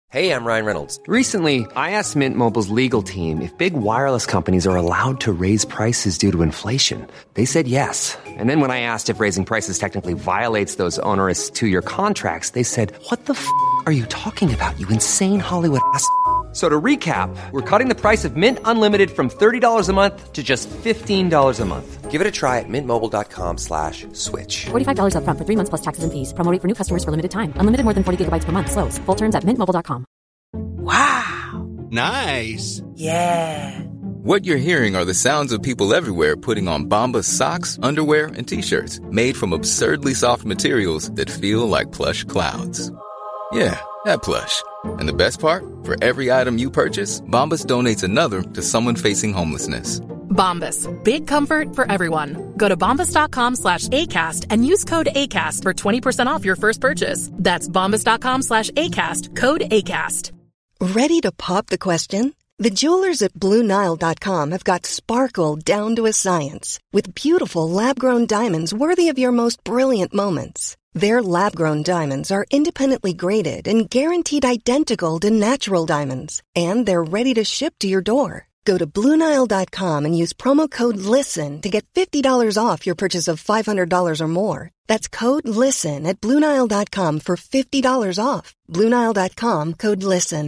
Hey, I'm Ryan Reynolds. Recently, I asked Mint Mobile's legal team if big wireless companies are allowed to raise prices due to inflation. They said yes. And then when I asked if raising prices technically violates those onerous two-year contracts, they said, "What the are you talking about, you insane Hollywood ass?" So to recap, we're cutting the price of Mint Unlimited from $30 a month to just $15 a month. Give it a try at mintmobile.com/switch. $45 up front for 3 months plus taxes and fees. Promo rate for new customers for limited time. Unlimited more than 40 gigabytes per month. Slows full terms at mintmobile.com. Wow. Nice. Yeah. What you're hearing are the sounds of people everywhere putting on Bombas socks, underwear, and T-shirts made from absurdly soft materials that feel like plush clouds. Yeah, that plush. And the best part? For every item you purchase, Bombas donates another to someone facing homelessness. Bombas. Big comfort for everyone. Go to bombas.com/ACAST and use code ACAST for 20% off your first purchase. That's bombas.com/ACAST. Code ACAST. Ready to pop the question? The jewelers at BlueNile.com have got sparkle down to a science with beautiful lab-grown diamonds worthy of your most brilliant moments. Their lab-grown diamonds are independently graded and guaranteed identical to natural diamonds, and they're ready to ship to your door. Go to BlueNile.com and use promo code LISTEN to get $50 off your purchase of $500 or more. That's code LISTEN at BlueNile.com for $50 off. BlueNile.com, code LISTEN.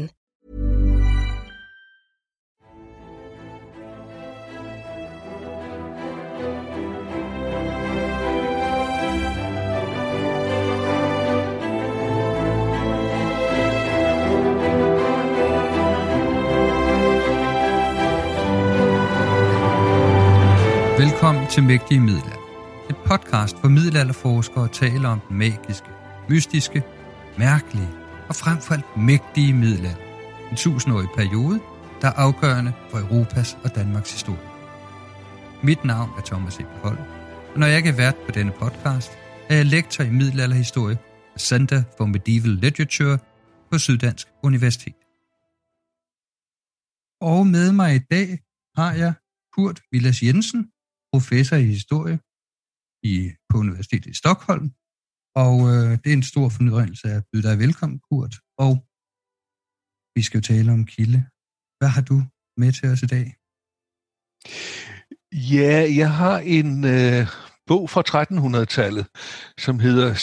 Velkommen til Mægtige Middelalder. Et podcast, hvor middelalderforskere taler om den magiske, mystiske, mærkelige og frem for alt mægtige middelalder. En 1000-årig periode, der er afgørende for Europas og Danmarks historie. Mit navn er Thomas E. Holm, og når jeg ikke er vært på denne podcast, er jeg lektor i middelalderhistorie på Center for Medieval Literature på Syddansk Universitet. Og med mig i dag har jeg Kurt Vilas Jensen, professor i historie på Universitetet i Stockholm. Og det er en stor fornøjelse at byde dig velkommen, Kurt. Og vi skal jo tale om kilde. Hvad har du med til os i dag? Ja, jeg har en bog fra 1300-tallet, som hedder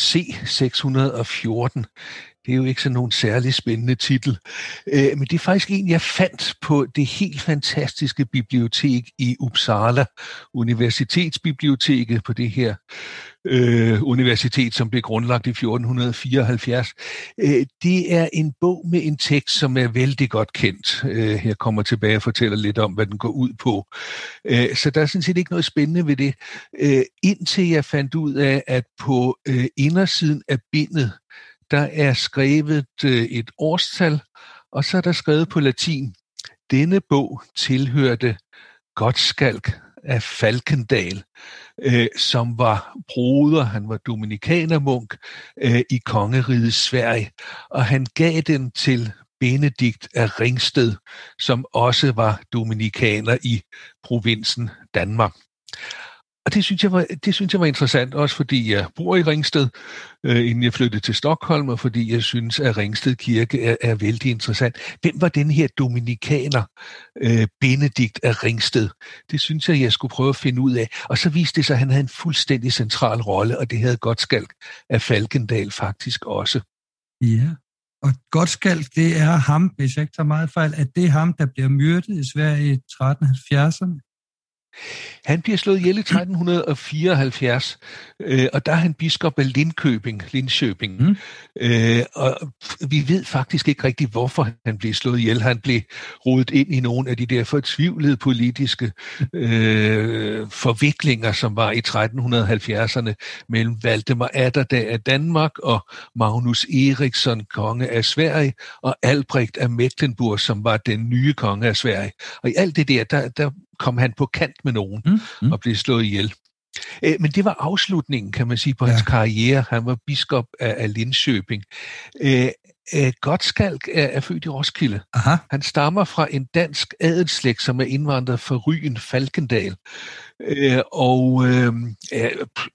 C614. Det er jo ikke sådan nogen særlig spændende titel. Men det er faktisk en, jeg fandt på det helt fantastiske bibliotek i Uppsala, universitetsbiblioteket på det her universitet, som blev grundlagt i 1474. Det er en bog med en tekst, som er vældig godt kendt. Jeg kommer tilbage og fortæller lidt om, hvad den går ud på. Så der er sådan set ikke noget spændende ved det. Indtil jeg fandt ud af, at på indersiden af bindet, der er skrevet et årstal, og så er der skrevet på latin: denne bog tilhørte Gottskalk af Falkendal, som var broder, han var dominikanermunk i kongeriget Sverige, og han gav den til Benedikt af Ringsted, som også var dominikaner i provinsen Danmark. Og det synes jeg var interessant, også fordi jeg bor i Ringsted, inden jeg flyttede til Stockholm, og fordi jeg synes, at Ringsted Kirke er vældig interessant. Hvem var den her dominikaner, Benedikt af Ringsted? Det synes jeg skulle prøve at finde ud af. Og så viste det sig, at han havde en fuldstændig central rolle, og det havde Gottskalk af Falkendal faktisk også. Ja, og Gottskalk, det er ham, hvis jeg ikke tager meget fejl, at det er ham, der bliver myrdet i Sverige i 1370'erne. Han bliver slået ihjel i 1374, og der er han biskop af Linköping. Og vi ved faktisk ikke rigtig, hvorfor han blev slået ihjel. Han blev rodet ind i nogle af de der fortvivlede politiske forviklinger, som var i 1370'erne mellem Valdemar Atterdag af Danmark og Magnus Eriksson, konge af Sverige, og Albrecht af Mecklenburg, som var den nye konge af Sverige. Og i alt det der kom han på kant med nogen og blev slået ihjel. Men det var afslutningen, kan man sige, på hans karriere. Han var biskop af Linköping. Gottskalk er født i Roskilde. Aha. Han stammer fra en dansk adelsslægt, som er indvandret fra Ryen Falkendal.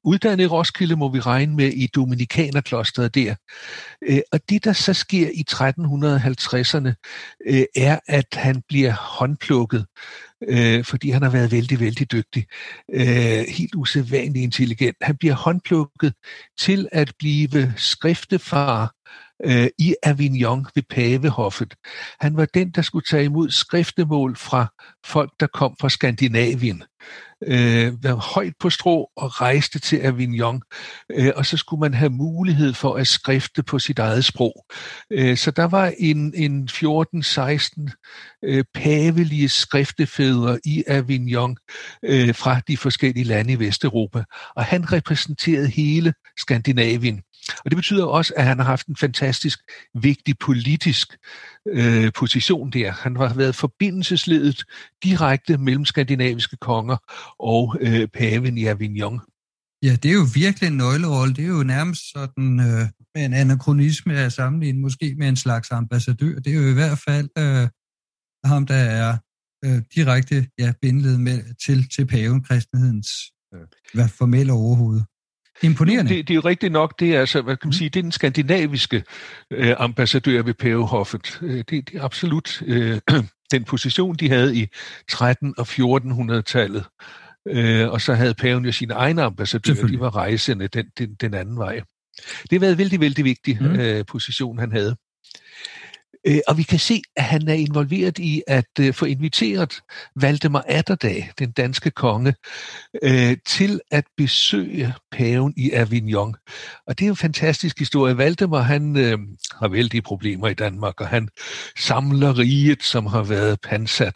uddannet i Roskilde, må vi regne med, i Dominikanerklosteret der. Og det, der så sker i 1350'erne, er, at han bliver håndplukket, fordi han har været vældig, vældig dygtig. Helt usædvanligt intelligent. Han bliver håndplukket til at blive skriftefar i Avignon ved pavehoffet. Han var den, der skulle tage imod skriftemål fra folk, der kom fra Skandinavien. Var højt på strå og rejste til Avignon, og så skulle man have mulighed for at skrifte på sit eget sprog. Så der var en 14-16 pavelige skriftefædre i Avignon fra de forskellige lande i Vesteuropa, og han repræsenterede hele Skandinavien. Og det betyder også, at han har haft en fantastisk vigtig politisk position der. Han har været forbindelsesledet direkte mellem skandinaviske konger og paven i Avignon. Ja, det er jo virkelig en nøglerolle. Det er jo nærmest sådan med en anakronisme at sammenligne måske med en slags ambassadør. Det er jo i hvert fald ham, der er direkte bindeled med til paven, kristenhedens formelle overhoved. Imponerende. Det er jo rigtigt nok, det er altså, hvad kan man sige, det er den skandinaviske ambassadør ved pavehoffet. Det er absolut den position, de havde i 1300- og 1400-tallet. Og så havde paven jo sine egne ambassadører, de var rejsende den anden vej. Det har været en vældig, vældig vigtig position, han havde. Og vi kan se, at han er involveret i at få inviteret Valdemar Atterdag, den danske konge, til at besøge paven i Avignon. Og det er jo en fantastisk historie. Valdemar, han har vældige problemer i Danmark, og han samler riget, som har været pansat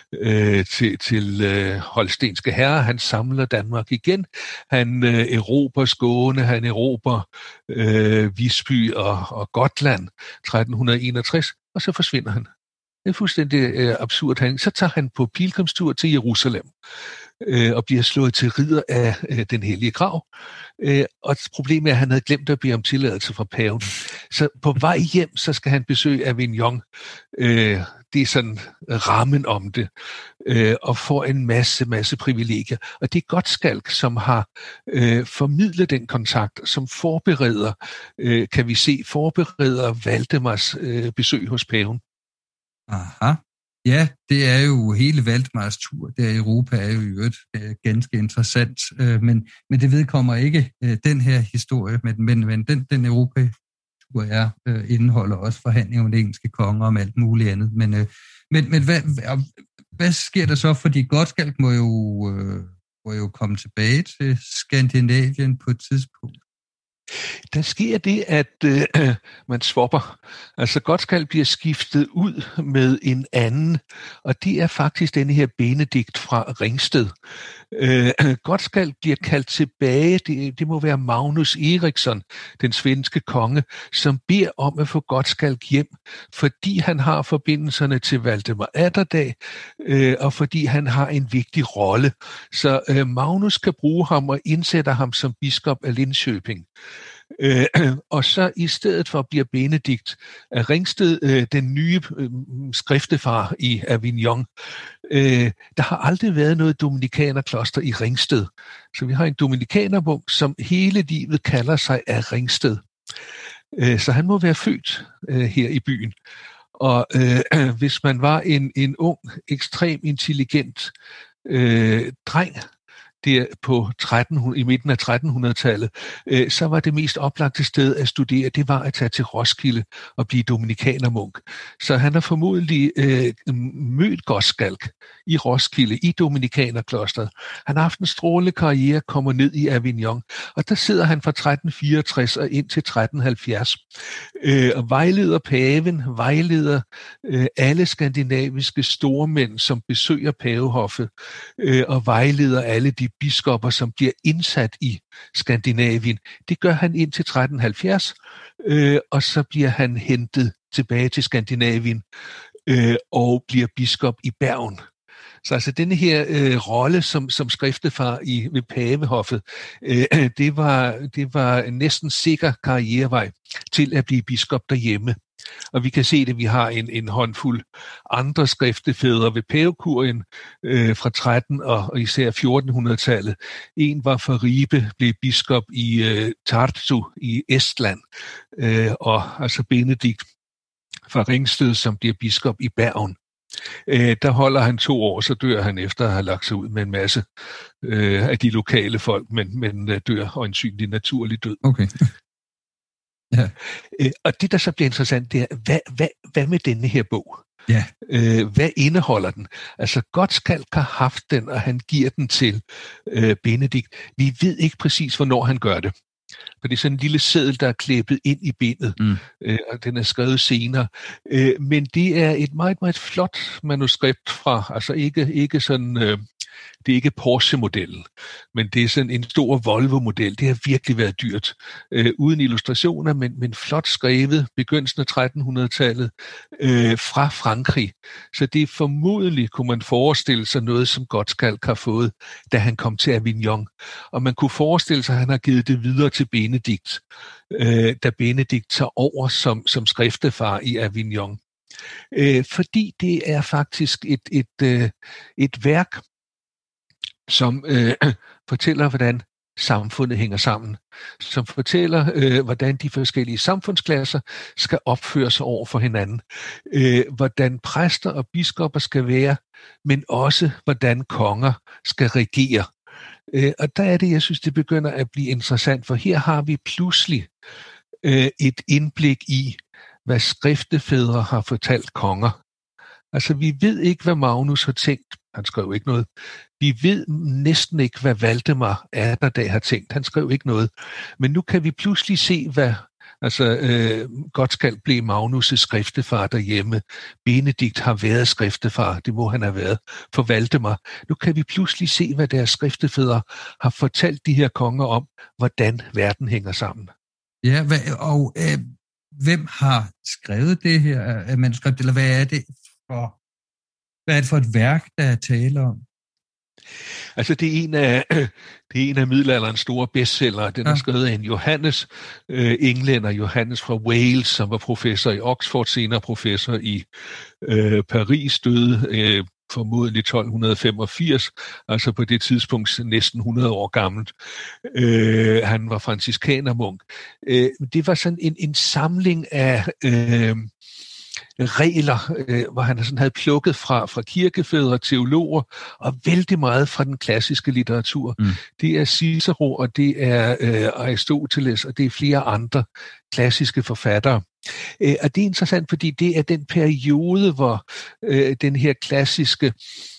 til holstenske herrer. Han samler Danmark igen. Han erobrer Skåne, han erobrer Visby og Gotland 1361. Og så forsvinder han. Det er fuldstændig absurd. Så tager han på pilgrimstur til Jerusalem og bliver slået til ridder af den hellige grav. Og problemet er, at han havde glemt at bede om tilladelse fra paven. Så på vej hjem, så skal han besøge Avignon. Det er sådan rammen om det. Og får en masse privilegier. Og det er Gottschalk, som har formidlet den kontakt, som forbereder, kan vi se, forbereder Valdemars besøg hos paven. Aha. Ja, det er jo hele Valdemars tur der i Europa er jo i øvrigt ganske interessant, men det vedkommer ikke den her historie, men den Europa-tur indeholder også forhandlinger om de engelske konger om alt muligt andet. Men hvad sker der så, fordi Gottschalk må jo komme tilbage til Skandinavien på et tidspunkt? Der sker det, at man swapper. Altså Gottschalk bliver skiftet ud med en anden, og det er faktisk denne her Benedikt fra Ringsted. Gottschalk bliver kaldt tilbage, det må være Magnus Eriksson, den svenske konge, som beder om at få Gottschalk hjem, fordi han har forbindelserne til Valdemar Atterdag, og fordi han har en vigtig rolle. Så Magnus kan bruge ham og indsætter ham som biskop af Linköping. Og så i stedet for bliver Benedikt af Ringsted den nye skriftefar i Avignon. Der har aldrig været noget dominikanerkloster i Ringsted. Så vi har en dominikanermunk, som hele livet kalder sig af Ringsted. Så han må være født her i byen. Og hvis man var en ung, ekstremt intelligent dreng, der på i midten af 1300-tallet, så var det mest oplagte sted at studere, det var at tage til Roskilde og blive dominikanermunk. Så han har formodentlig mødt Gottschalk i Roskilde, i dominikanerklosteret. Han har haft en strålende karriere, kommer ned i Avignon, og der sidder han fra 1364 og ind til 1370. Og vejleder paven, vejleder alle skandinaviske stormænd, som besøger pavehoffet, og vejleder alle de biskopper, som bliver indsat i Skandinavien. Det gør han indtil 1370, og så bliver han hentet tilbage til Skandinavien og bliver biskop i Bergen. Så altså denne her rolle som skriftefar ved pavehoffet, det var næsten sikker karrierevej til at blive biskop derhjemme. Og vi kan se det, vi har en håndfuld andre skriftefædre ved pavekurien fra 13 og især 1400-tallet. En var fra Ribe, blev biskop i Tartu i Estland, og altså Benedikt fra Ringsted, som bliver biskop i Bergen. Der holder han 2 år, så dør han efter at have lagt sig ud med en masse af de lokale folk, men dør øjensynligt naturlig død. Okay. Ja. Og det, der så bliver interessant, det er, hvad med denne her bog? Ja. Hvad indeholder den? Altså, Gottschalk har haft den, og han giver den til Benedikt. Vi ved ikke præcis, hvornår han gør det. For det er sådan en lille seddel, der er klæbet ind i bindet, og den er skrevet senere. Men det er et meget, meget flot manuskript fra, altså ikke sådan, det er ikke Porsche-modellen, men det er sådan en stor Volvo-model. Det har virkelig været dyrt. Uden illustrationer, men flot skrevet, begyndelsen af 1300-tallet, fra Frankrig. Så det er formodentlig, kunne man forestille sig, noget, som Gottschalk har fået, da han kom til Avignon. Og man kunne forestille sig, at han har givet det videre til Benedikt, da Benedikt tager over som skriftefar i Avignon. Fordi det er faktisk et værk, som fortæller, hvordan samfundet hænger sammen, som fortæller, hvordan de forskellige samfundsklasser skal opføre sig over for hinanden, hvordan præster og biskopper skal være, men også hvordan konger skal regere. Og der er det, jeg synes, det begynder at blive interessant, for her har vi pludselig et indblik i, hvad skriftefædre har fortalt konger. Altså, vi ved ikke, hvad Magnus har tænkt. Han skrev ikke noget. Vi ved næsten ikke, hvad Valdemar Atterdag har tænkt. Han skrev ikke noget. Men nu kan vi pludselig se, hvad Gottschalk blev Magnus' skriftefar derhjemme. Benedikt har været skriftefar. Det må han have været for Valdemar. Nu kan vi pludselig se, hvad deres skriftefædre har fortalt de her konger om, hvordan verden hænger sammen. Ja, og hvem har skrevet det her manuskript, eller hvad er det for et værk, der er tale om? Altså, det er en af middelalderens store bestsellere. Den er skrevet af en Johannes, englænder, Johannes fra Wales, som var professor i Oxford, senere professor i Paris, døde formodentlig 1285, altså på det tidspunkt næsten 100 år gammelt. Han var franciskanermunk. Det var sådan en samling af regler, hvor han sådan havde plukket fra kirkefædre, teologer, og vældig meget fra den klassiske litteratur. Det er Cicero, og det er Aristoteles, og det er flere andre klassiske forfattere. Og det er interessant, fordi det er den periode, hvor den her klassiske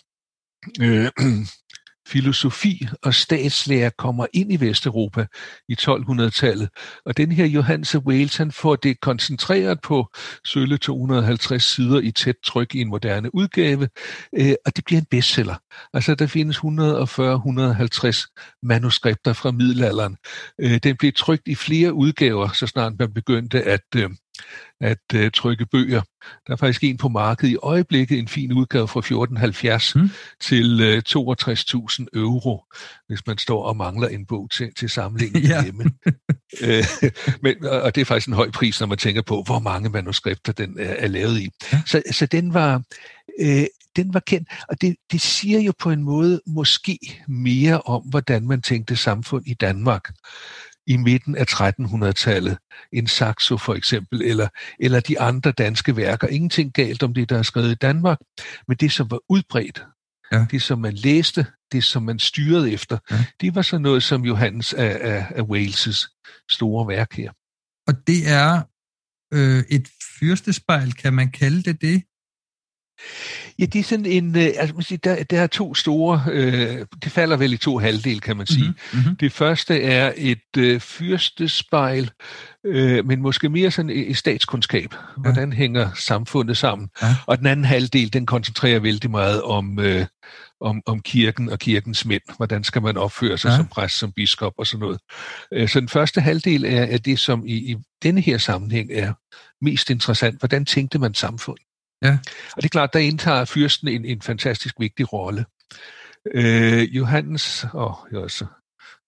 filosofi og statslære kommer ind i Vesteuropa i 1200-tallet. Og den her Johannes af Wales, han får det koncentreret på sølle 250 sider i tæt tryk i en moderne udgave, og det bliver en bestseller. Altså, der findes 140-150 manuskripter fra middelalderen. Den blev trykt i flere udgaver, så snart man begyndte at trykke bøger. Der er faktisk en på markedet i øjeblikket, en fin udgave fra 1470 til 62.000 euro, hvis man står og mangler en bog til samlingen hjemme. Og det er faktisk en høj pris, når man tænker på, hvor mange manuskripter den er lavet i. Så den var kendt, og det siger jo på en måde måske mere om, hvordan man tænkte samfund i Danmark i midten af 1300-tallet, en Saxo for eksempel, eller de andre danske værker. Ingenting galt om det, der er skrevet i Danmark, men det, som var udbredt, det, som man læste, det, som man styrede efter, det var så noget som Johannes af Wales' store værk her. Og det er et fyrstespejl, kan man kalde det? Ja, det er sådan en, der er to store, det falder vel i 2 halvdele, kan man sige. Det første er et fyrstespejl, men måske mere sådan et statskundskab. Hvordan hænger samfundet sammen? Og den anden halvdel, den koncentrerer vældig meget om kirken og kirkens mænd. Hvordan skal man opføre sig som præst, som biskop og sådan noget. Så den første halvdel er det, som i denne her sammenhæng er mest interessant. Hvordan tænkte man samfund? Ja. Og det er klart, der indtager fyrsten en fantastisk vigtig rolle. Johannes, jeg er så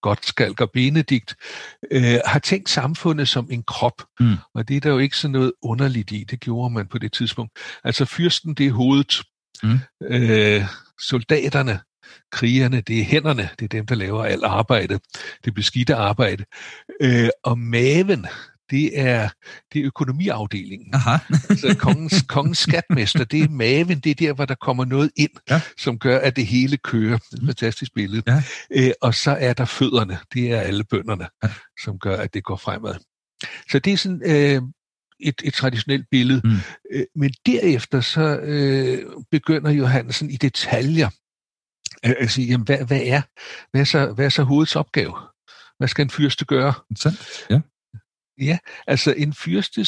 Gottschalk og Benedikt, har tænkt samfundet som en krop. Og det er der jo ikke sådan noget underligt i. Det gjorde man på det tidspunkt. Altså fyrsten, det er hovedet. Soldaterne, krigerne, det er hænderne. Det er dem, der laver alt arbejde. Det beskidte arbejde. Og maven, det er økonomiafdelingen. Altså kongens skatmester, det er maven, det er der, hvor der kommer noget ind, som gør, at det hele kører. Det er et fantastisk billede. Og så er der fødderne, det er alle bønderne, som gør, at det går fremad. Så det er sådan et traditionelt billede. Men derefter så begynder Johannesen i detaljer at sige, jamen, hvad er så hovedets opgave? Hvad skal en fyrste gøre? Ja, altså en fyrste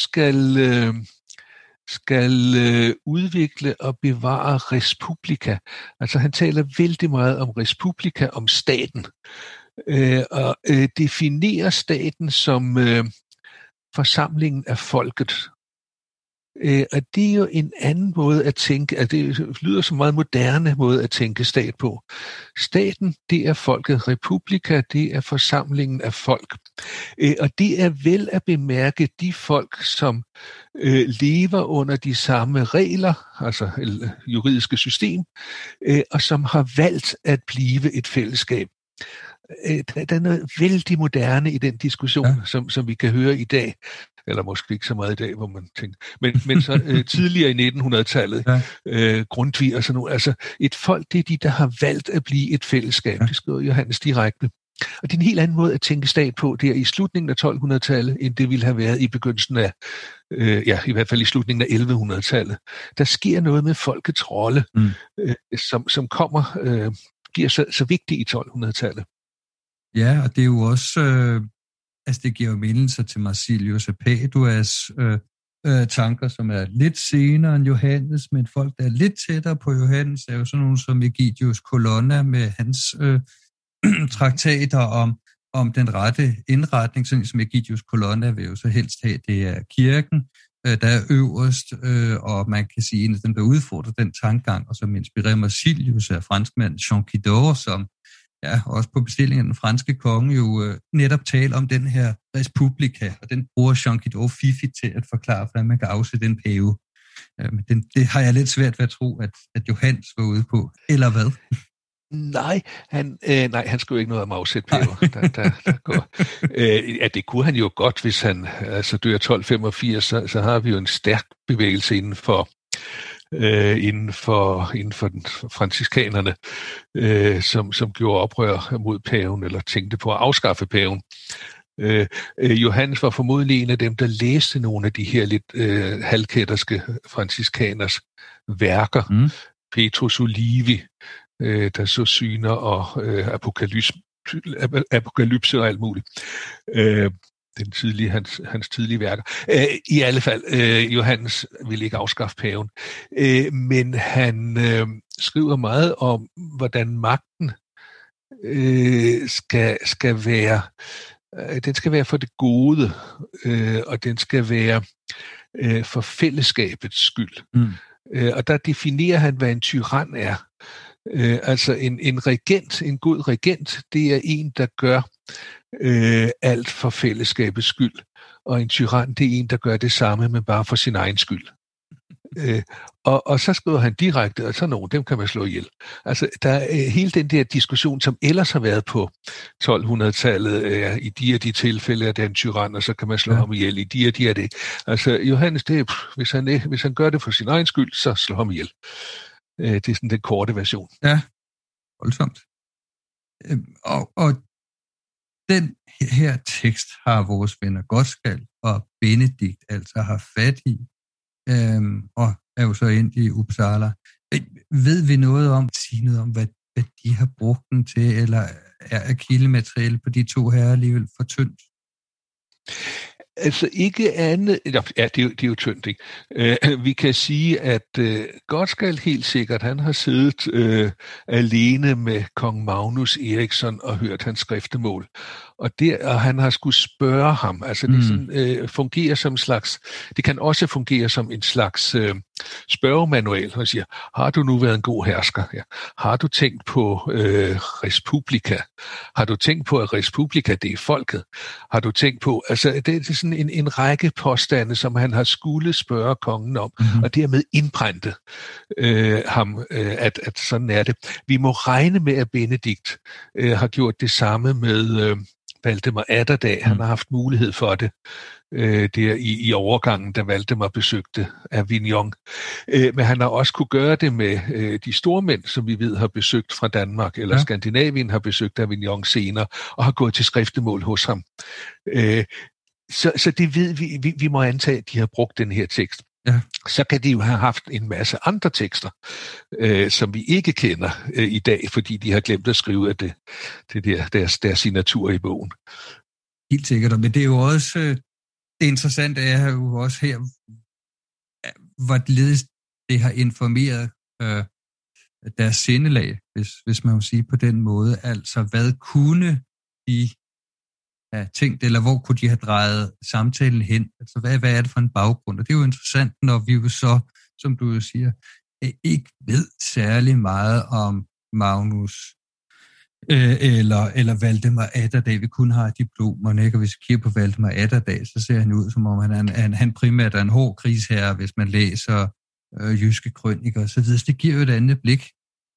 skal udvikle og bevare respublika. Altså han taler vældig meget om respublika, om staten, og definerer staten som forsamlingen af folket. Og det er jo en anden måde at tænke, at det lyder som en meget moderne måde at tænke stat på. Staten, det er folket. Republika, det er forsamlingen af folk. Og det er vel at bemærke de folk, som lever under de samme regler, altså juridiske system, og som har valgt at blive et fællesskab. Der er noget vældig moderne i den diskussion, som vi kan høre i dag. Eller måske ikke så meget i dag, hvor man tænker. Men så tidligere i 1900-tallet, Grundtvig og sådan noget. Altså et folk, det er de, der har valgt at blive et fællesskab. Det skriver Johannes direkte. Og det er en helt anden måde at tænke stat på, der i slutningen af 1200-tallet, end det ville have været i begyndelsen af, i hvert fald i slutningen af 1100-tallet. Der sker noget med folkets rolle, som kommer, bliver så vigtigt i 1200-tallet. Ja, og det er jo også, det giver jo mindelser til Marsilius og Paduas tanker, som er lidt senere end Johannes, men folk, der er lidt tættere på Johannes, er jo sådan nogle som Egidius Colonna med hans traktater om den rette indretning, sådan som Egidius Colonna vil jo så helst have, det er kirken, der er øverst, og man kan sige, en af dem, der udfordrer den tankegang, og som inspirerer Marsilius, er franskmanden Jean Quidor, som også på bestilling af den franske konge jo netop tale om den her respublika, og den bruger Jean Quidor fiffigt til at forklare, hvordan man kan afsætte en pave. Men det har jeg lidt svært ved at tro, at Johannes var ude på. Eller hvad? Nej, han skulle ikke noget om afsætte paver. Det kunne han jo godt, hvis han dør 1285, så har vi jo en stærk bevægelse inden for den franciskanerne, som gjorde oprør mod paven, eller tænkte på at afskaffe paven. Johannes var formodentlig en af dem, der læste nogle af de her lidt halvkætterske franciskaners værker. Petrus Olivi, der så syner og apokalypse og alt muligt. Hans tidlige værker. I alle fald, Johannes ville ikke afskaffe paven, men han skriver meget om, hvordan magten skal være. Den skal være for det gode, og den skal være for fællesskabets skyld. Og der definerer han, hvad en tyran er. Altså en regent, en god regent, det er en, der gør alt for fællesskabets skyld. Og en tyran, det er en, der gør det samme, men bare for sin egen skyld. Og så skriver han direkte, og så nogen, dem kan man slå ihjel. Altså, der er hele den der diskussion, som ellers har været på 1200-tallet, i de og de tilfælde, at det er en tyran, og så kan man slå ham ihjel. I de og de er det. Altså, Johannes, hvis han gør det for sin egen skyld, så slår ham ihjel. Det er sådan den korte version. Ja, voldsomt. Og den her tekst har vores venner Gottschalk og Benedikt altså har fat i, og er jo så endt i Uppsala. Ved vi noget om, hvad de har brugt den til, eller er kildemateriale på de to her alligevel for tyndt? Altså ikke andet, ja, det er jo tyndt, ikke? Vi kan sige, at Gottschalk helt sikkert, han har siddet alene med kong Magnus Eriksson og hørt hans skriftemål. Og han har skulle spørge ham. Altså det sådan, fungerer som en slags, det kan også fungere som en slags spørgemanual, og siger, har du nu været en god hersker? Ja. Har du tænkt på Respublika? Har du tænkt på, at Respublika, det er folket? Har du tænkt på, altså det er sådan en række påstande, som han har skulle spørge kongen om, og dermed indprænte ham, at sådan er det. Vi må regne med, at Benedikt har gjort det samme med Valdemar Atterdag. Han har haft mulighed for det der i overgangen, da Valdemar besøgte Avignon. Men han har også kunne gøre det med de store mænd, som vi ved har besøgt fra Danmark, eller Skandinavien har besøgt Avignon senere, og har gået til skriftemål hos ham. Så det ved vi må antage, at de har brugt den her tekst. Ja. Så kan de jo have haft en masse andre tekster, som vi ikke kender i dag, fordi de har glemt at skrive af deres signatur i bogen. Helt sikkert, men det er jo også, det interessante er jo også her, hvorledes det har informeret deres sindelag, hvis man må sige på den måde. Altså, hvad kunne de have tænkt, eller hvor kunne de have drejet samtalen hen? Altså, hvad er det for en baggrund? Og det er jo interessant, når vi jo så, som du jo siger, ikke ved særlig meget om Magnus eller Valdemar Atterdag. Vi kun har diplomerne, ikke? Og hvis vi kigger på Valdemar Atterdag, så ser han ud, som om han primært er en hård krigsherre, hvis man læser jyske krøniker og så videre. Så det giver jo et andet blik.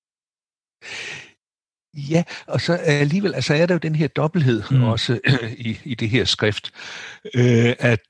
Ja, og så alligevel, altså er der jo den her dobbelthed også i det her skrift, at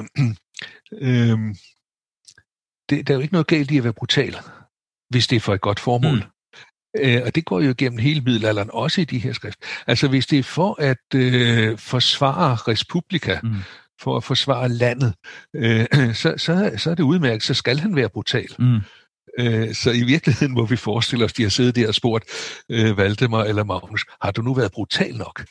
der er jo ikke noget galt i at være brutal, hvis det er for et godt formål. Og det går jo gennem hele middelalderen, også i de her skrift. Altså hvis det er for at forsvare Respublika, for at forsvare landet, så er det udmærket, så skal han være brutal. Så i virkeligheden må vi forestille os, de har siddet der og spurgt Valdemar eller Magnus, har du nu været brutal nok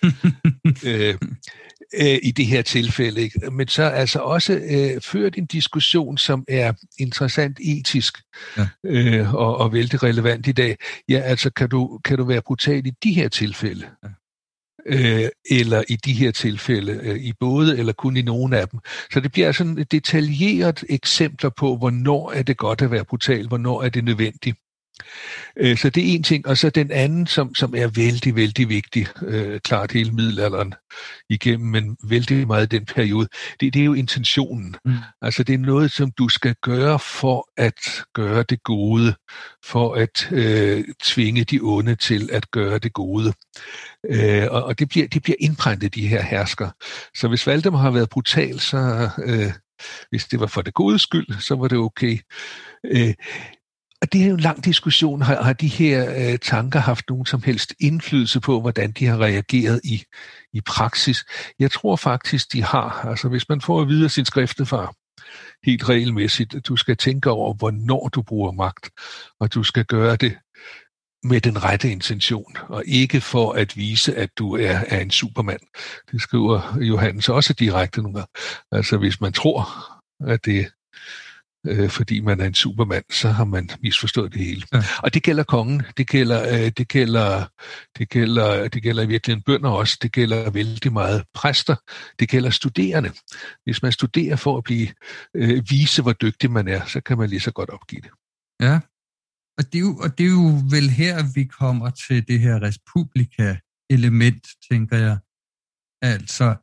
i det her tilfælde? Ikke? Men så altså også ført en diskussion, som er interessant etisk og vældig relevant i dag. Ja, altså kan du være brutal i de her tilfælde? Ja. Eller i de her tilfælde, i både eller kun i nogle af dem. Så det bliver sådan detaljeret eksempler på, hvornår er det godt at være brutal, hvornår er det nødvendigt. Så det er en ting, og så den anden, som er vældig, vældig vigtig, klart hele middelalderen igennem, men vældig meget i den periode, det er jo intentionen. Altså det er noget, som du skal gøre for at gøre det gode, for at tvinge de onde til at gøre det gode. Og det bliver indpræntet, de her hersker. Så hvis Valdemar har været brutal, så hvis det var for det gode skyld, så var det okay. Og det er jo en lang diskussion. Har de her tanker haft nogen som helst indflydelse på, hvordan de har reageret i praksis? Jeg tror faktisk, de har. Altså hvis man får at vide af sin skriftefar helt regelmæssigt, at du skal tænke over, hvornår du bruger magt, og du skal gøre det med den rette intention, og ikke for at vise, at du er en supermand. Det skriver Johannes også direkte nogle gange. Altså hvis man tror, at det fordi man er en supermand, så har man misforstået det hele. Ja. Og det gælder kongen, det gælder i virkeligheden bønder også, det gælder vældig meget præster, det gælder studerende. Hvis man studerer for at vise, hvor dygtig man er, så kan man lige så godt opgive det. Ja, og det er jo vel her, vi kommer til det her Respublika-element, tænker jeg. Altså,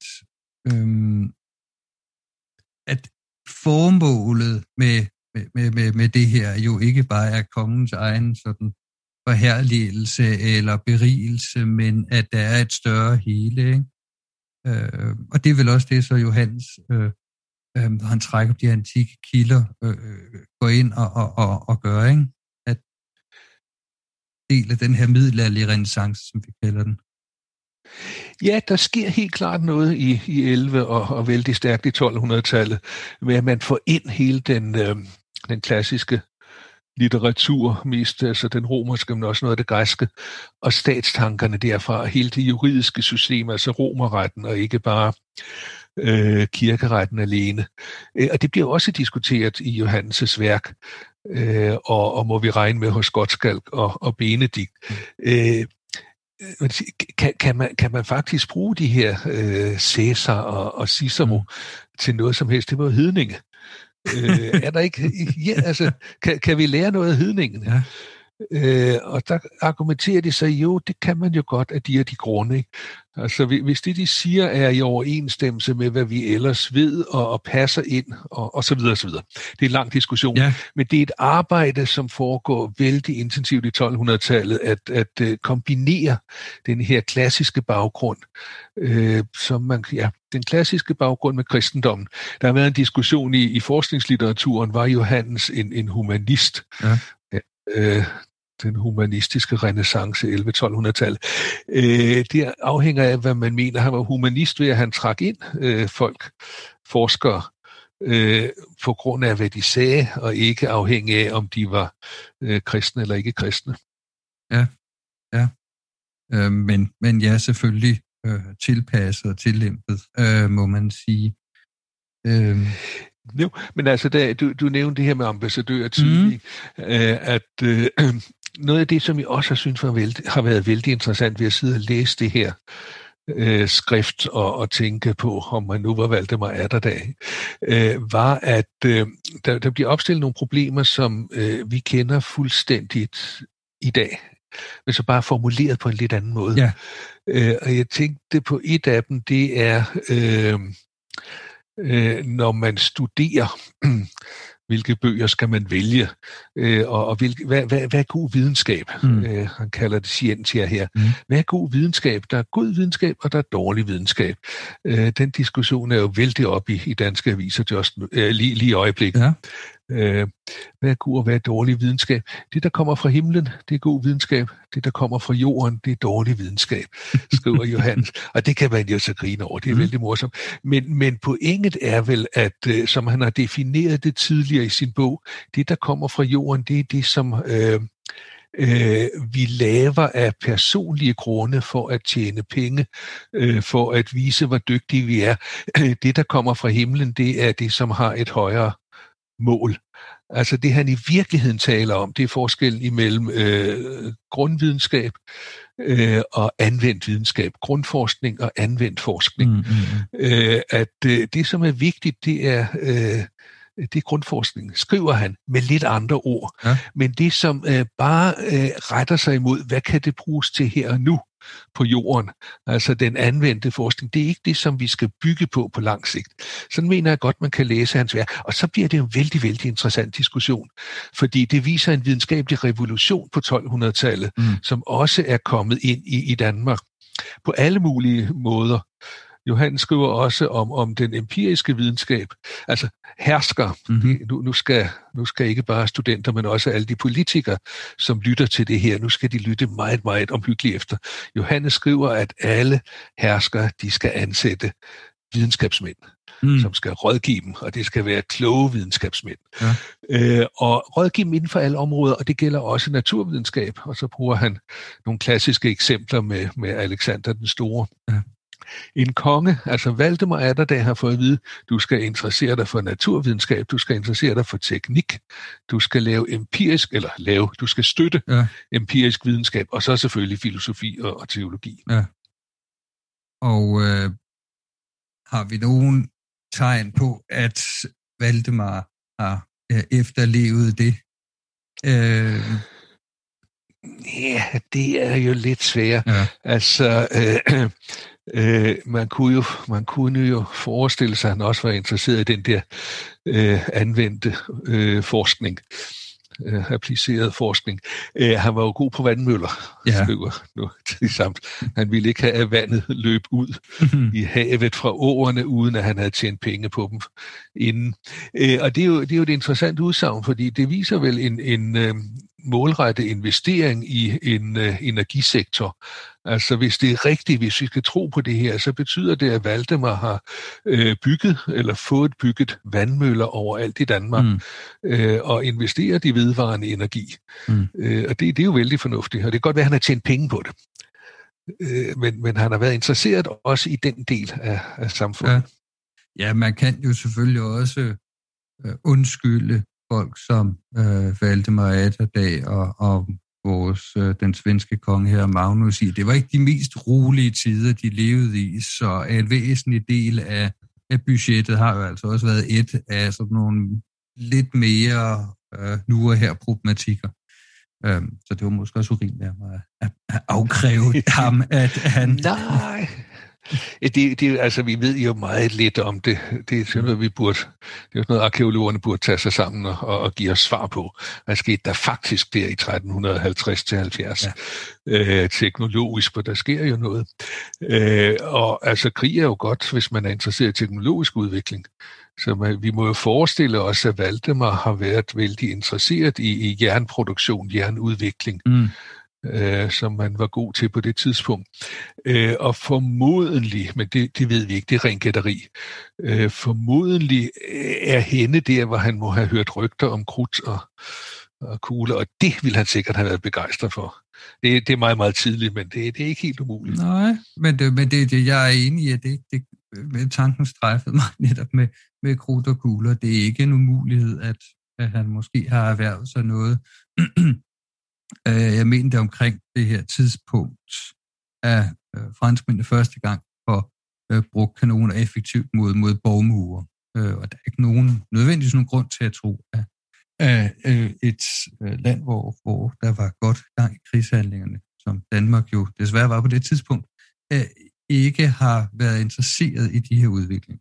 at formålet med det her jo ikke bare er kongens egen sådan forherligelse eller berigelse, men at der er et større hele. Ikke? Og det er vel også det, så Johannes, han trækker de antikke kilder, går ind og gør, ikke? At del af den her middelalderlige renæssance, som vi kalder den. Ja, der sker helt klart noget i 11 og vældig stærkt i 1200-tallet, med at man får ind hele den klassiske litteratur, mest altså den romerske, men også noget af det græske, og statstankerne derfra, hele det juridiske system, altså romerretten, og ikke bare kirkeretten alene. Og det bliver også diskuteret i Johannes' værk, og må vi regne med hos Gottschalk og Benedikt. kan man faktisk bruge de her Caesar og Cicero til noget som helst? Det var jo hedninge. Er der ikke? Ja, altså, kan vi lære noget af hedningen? Ja. Og der argumenterer de så, jo, det kan man jo godt af de grunde. Ikke? Altså, hvis det, de siger, er i overensstemmelse med, hvad vi ellers ved og passer ind, og så videre, så videre. Det er en lang diskussion. Ja. Men det er et arbejde, som foregår vældig intensivt i 1200-tallet, at kombinere den her klassiske baggrund, den klassiske baggrund med kristendommen. Der har været en diskussion i forskningslitteraturen, var Johannes en humanist? Ja. Den humanistiske renæssance 11-1200-tallet. Det afhænger af, hvad man mener. Han var humanist ved, at han trak ind forskere, på grund af, hvad de sagde, og ikke afhængig af, om de var kristne eller ikke kristne. Ja. Men ja, selvfølgelig tilpasset og tillempet, må man sige. Jo, men altså, du nævnte det her med ambassadører tidligt, at noget af det, som jeg også har synes har været vældig interessant ved at sidde og læse det her skrift og tænke på, om man nu var Valdemar Atterdag, var, at der bliver opstillet nogle problemer, som vi kender fuldstændigt i dag, men så bare formuleret på en lidt anden måde. Ja. Og jeg tænkte på et af dem, det er, når man studerer, hvilke bøger skal man vælge, og hvad er god videnskab? Han kalder det scientia her. Hvad er god videnskab? Der er god videnskab, og der er dårlig videnskab. Den diskussion er jo vældig op i danske aviser lige i øjeblikket. Ja. Hvad er god og hvad er dårlig videnskab? Det, der kommer fra himlen, det er god videnskab. Det, der kommer fra jorden, det er dårlig videnskab, skriver Johannes. Og det kan man jo så grine over. Det er vældig morsomt. Men pointet er vel, at som han har defineret det tidligere i sin bog, det, der kommer fra jorden, det er det, som vi laver af personlige grunde for at tjene penge, for at vise, hvor dygtige vi er. Det, der kommer fra himlen, det er det, som har et højere mål. Altså det, han i virkeligheden taler om, det er forskellen imellem grundvidenskab og anvendt videnskab. Grundforskning og anvendt forskning. At det, som er vigtigt, det er grundforskning, skriver han med lidt andre ord. Ja. Men det, som bare retter sig imod, hvad kan det bruges til her og nu på jorden, altså den anvendte forskning, det er ikke det, som vi skal bygge på lang sigt. Sådan mener jeg godt, man kan læse hans værk. Og så bliver det en vældig, vældig interessant diskussion, fordi det viser en videnskabelig revolution på 1200-tallet, som også er kommet ind i Danmark på alle mulige måder. Johannes skriver også om den empiriske videnskab, altså hersker. Nu skal ikke bare studenter, men også alle de politikere, som lytter til det her, nu skal de lytte meget, meget omhyggeligt efter. Johannes skriver, at alle herskere, de skal ansætte videnskabsmænd, som skal rådgive dem, og det skal være kloge videnskabsmænd. Ja. Og rådgive dem inden for alle områder, og det gælder også naturvidenskab. Og så bruger han nogle klassiske eksempler med Alexander den Store. Ja. En konge, altså Valdemar Atterdag, har fået at vide, du skal interessere dig for naturvidenskab, du skal interessere dig for teknik, du skal du skal støtte empirisk videnskab, og så selvfølgelig filosofi og teologi. Ja. Og har vi nogen tegn på, at Valdemar har efterlevet det? Ja, det er jo lidt svært. Ja. Altså, man kunne jo forestille sig, at han også var interesseret i den der anvendte forskning, appliceret forskning. Han var jo god på vandmøller, skriver nu til samt. Han ville ikke have, at vandet løb ud i havet fra åerne, uden at han havde tjent penge på dem inden. Og det er jo et interessant udsagn, fordi det viser vel en målrettet investering i en energisektor. Altså hvis det er rigtigt, hvis vi skal tro på det her, så betyder det, at Valdemar har bygget eller fået bygget vandmøller overalt i Danmark og investeret i vedvarende energi. Og det er jo vældig fornuftigt, og det kan godt være, at han har tjent penge på det. Men han har været interesseret også i den del af samfundet. Ja, man kan jo selvfølgelig også undskylde folk som Valdemar Atterdag og den svenske konge her, Magnus, i. Det var ikke de mest rolige tider, de levede i, så en væsentlig del af budgettet har jo altså også været et af sådan nogle lidt mere nu og her problematikker. Så det var måske også urimeligt at afkræve ham, at han... Nej. Altså, vi ved jo meget lidt om det. Det er sådan noget, det er jo noget, arkæologerne burde tage sig sammen og give os svar på. Hvad skete der faktisk der i 1350-70 teknologisk, for der sker jo noget. Og altså, krig er jo godt, hvis man er interesseret i teknologisk udvikling. Så vi må jo forestille os, at Valdemar har været vældig interesseret i jernproduktion, jernudvikling. Som man var god til på det tidspunkt. Og formodentlig, men det ved vi ikke, det er ren gætteri, formodentlig er hende der, hvor han må have hørt rygter om krudt og kugler, og det ville han sikkert have været begejstret for. Det er meget, meget tidligt, men det er ikke helt umuligt. Nej, men det jeg er enig i, at det tanken strejfede mig netop med krudt og kugler. Det er ikke en umulighed, at han måske har erhvervet sig noget. Jeg mener det omkring det her tidspunkt, at franskmændene første gang har brugt kanoner effektivt mod borgmure. Og der er ikke nødvendigvis nogen grund til at tro, at et land, hvor der var godt gang i krigshandlingerne, som Danmark jo desværre var på det tidspunkt, ikke har været interesseret i de her udviklinger.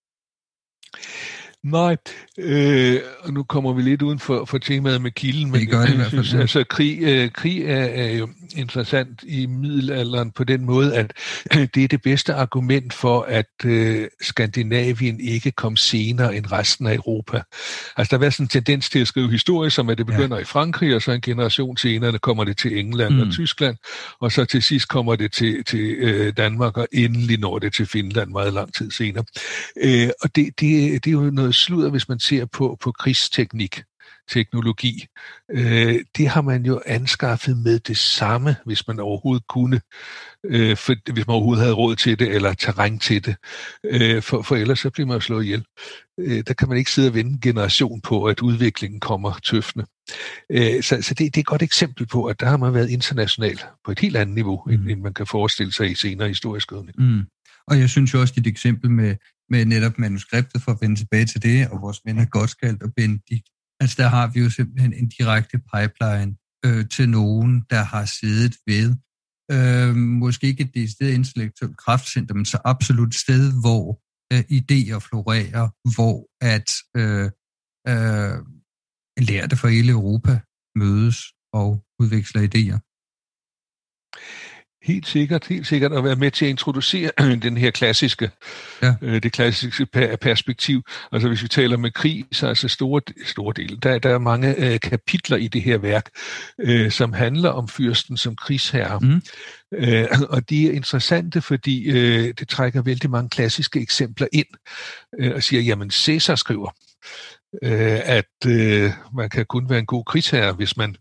Nej, og nu kommer vi lidt uden for temaet med kilden, men jeg synes, altså krig er jo interessant i middelalderen på den måde, at det er det bedste argument for, at Skandinavien ikke kom senere end resten af Europa. Altså der har været sådan en tendens til at skrive historie, som at det begynder i Frankrig, og så en generation senere kommer det til England og Tyskland, og så til sidst kommer det til Danmark, og endelig når det til Finland meget lang tid senere. Og det er jo noget sludder, hvis man ser på teknologi. Det har man jo anskaffet med det samme, hvis man overhovedet kunne, hvis man overhovedet havde råd til det, eller terræn til det. For ellers så bliver man jo slået ihjel. Der kan man ikke sidde og vente en generation på, at udviklingen kommer tøffende. Så det er et godt eksempel på, at der har man været international på et helt andet niveau, end man kan forestille sig i senere historisk udvikling. Og jeg synes jo også, dit eksempel med netop manuskriptet, for at vende tilbage til det, og vores venner Godskald og Benedikt, altså der har vi jo simpelthen en direkte pipeline til nogen, der har siddet ved, måske ikke et decideret intellektuelt kraftcenter, men så absolut et sted, hvor idéer florerer, hvor at lærte fra hele Europa mødes og udveksler idéer. Helt sikkert at være med til at introducere den her klassiske, det klassiske perspektiv. Altså hvis vi taler med krig, så er altså store del. Der er mange kapitler i det her værk, som handler om fyrsten som krigsherre. Og de er interessante, fordi det trækker vældig mange klassiske eksempler ind og siger, jamen Cæsar skriver, at man kan kun være en god krigsherre, hvis man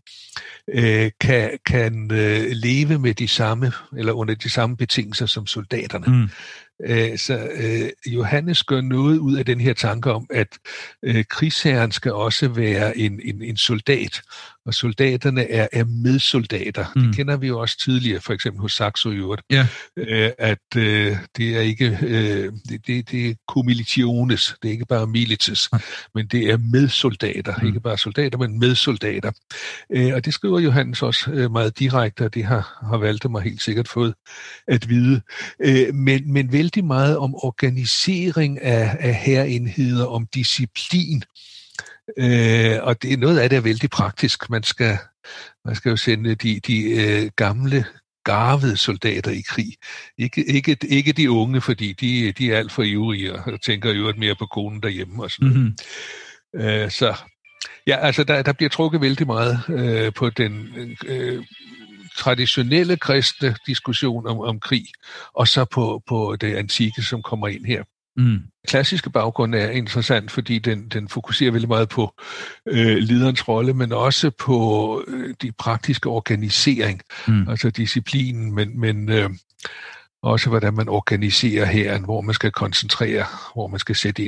kan leve med de samme, eller under de samme betingelser som soldaterne. Så Johannes gør noget ud af den her tanke om, at krigsherren skal også være en soldat, og soldaterne er medsoldater. Det kender vi jo også tidligere, for eksempel hos Saxo i øvrigt, at det er ikke det er commilitiones, det er ikke bare milites, men det er medsoldater, ikke bare soldater, men medsoldater. Og det skriver Johannes også meget direkte, og det har Valdemar helt sikkert fået at vide. Men vældig meget om organisering af hærenheder, om disciplin. Og det er noget af det er vældig praktisk. Man skal jo sende de gamle garvede soldater i krig. Ikke de unge, fordi de er alt for ivrige og tænker jo mere på konen derhjemme og sådan noget. Så ja, altså der bliver trukket vældig meget på den traditionelle kristne diskussion om krig, og så på det antikke, som kommer ind her. Klassiske baggrund er interessant, fordi den fokuserer veldig meget på lederens rolle, men også på de praktiske organisering, altså disciplinen, men også hvordan man organiserer hæren, hvor man skal koncentrere, hvor man skal sætte ind.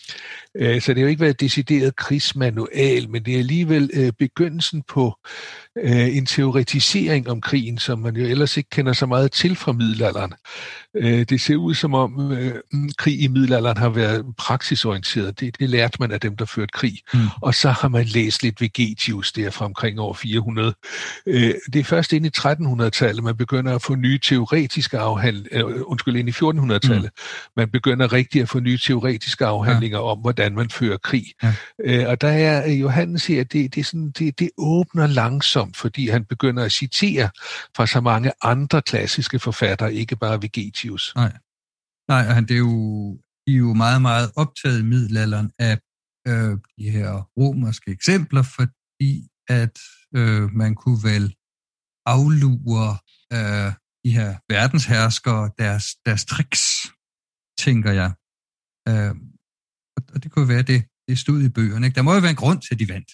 Så det har jo ikke været et decideret krigsmanual, men det er alligevel begyndelsen på en teoretisering om krigen, som man jo ellers ikke kender så meget til fra middelalderen. Det ser ud som om krig i middelalderen har været praksisorienteret. Det lærte man af dem, der førte krig. Og så har man læst lidt Vegetius der fra omkring år 400. Det er først inde i 1300-tallet, man begynder at få nye teoretiske afhandlinger, ind i 1400-tallet, man begynder rigtig at få nye teoretiske afhandlinger om, hvordan man fører krig. Og der er Johannes her, det åbner langsomt, fordi han begynder at citere fra så mange andre klassiske forfattere, ikke bare Vegetius. Nej, og de er jo meget, meget optaget i middelalderen af de her romerske eksempler, fordi at man kunne vel aflure de her verdensherskere deres tricks, tænker jeg. Og det kunne være, det stod i bøgerne. Ikke? Der må jo være en grund til, at de vandt.